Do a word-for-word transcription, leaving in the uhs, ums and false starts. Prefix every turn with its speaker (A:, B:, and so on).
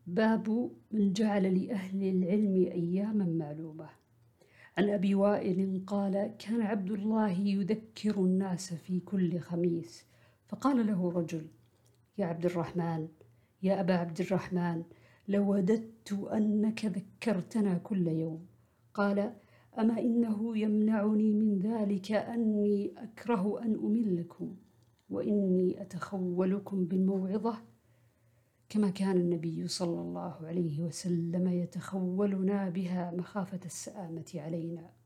A: باب من جعل لأهل العلم أياما معلومة. عن أبي وائل قال: كان عبد الله يذكر الناس في كل خميس، فقال له رجل: يا عبد الرحمن، يا أبا عبد الرحمن، لوددت أنك ذكرتنا كل يوم. قال: أما إنه يمنعني من ذلك أني أكره أن أملكم، وإني أتخولكم بالموعظة كما كان النبي صلى الله عليه وسلم يتخولنا بها مخافة السآمة علينا.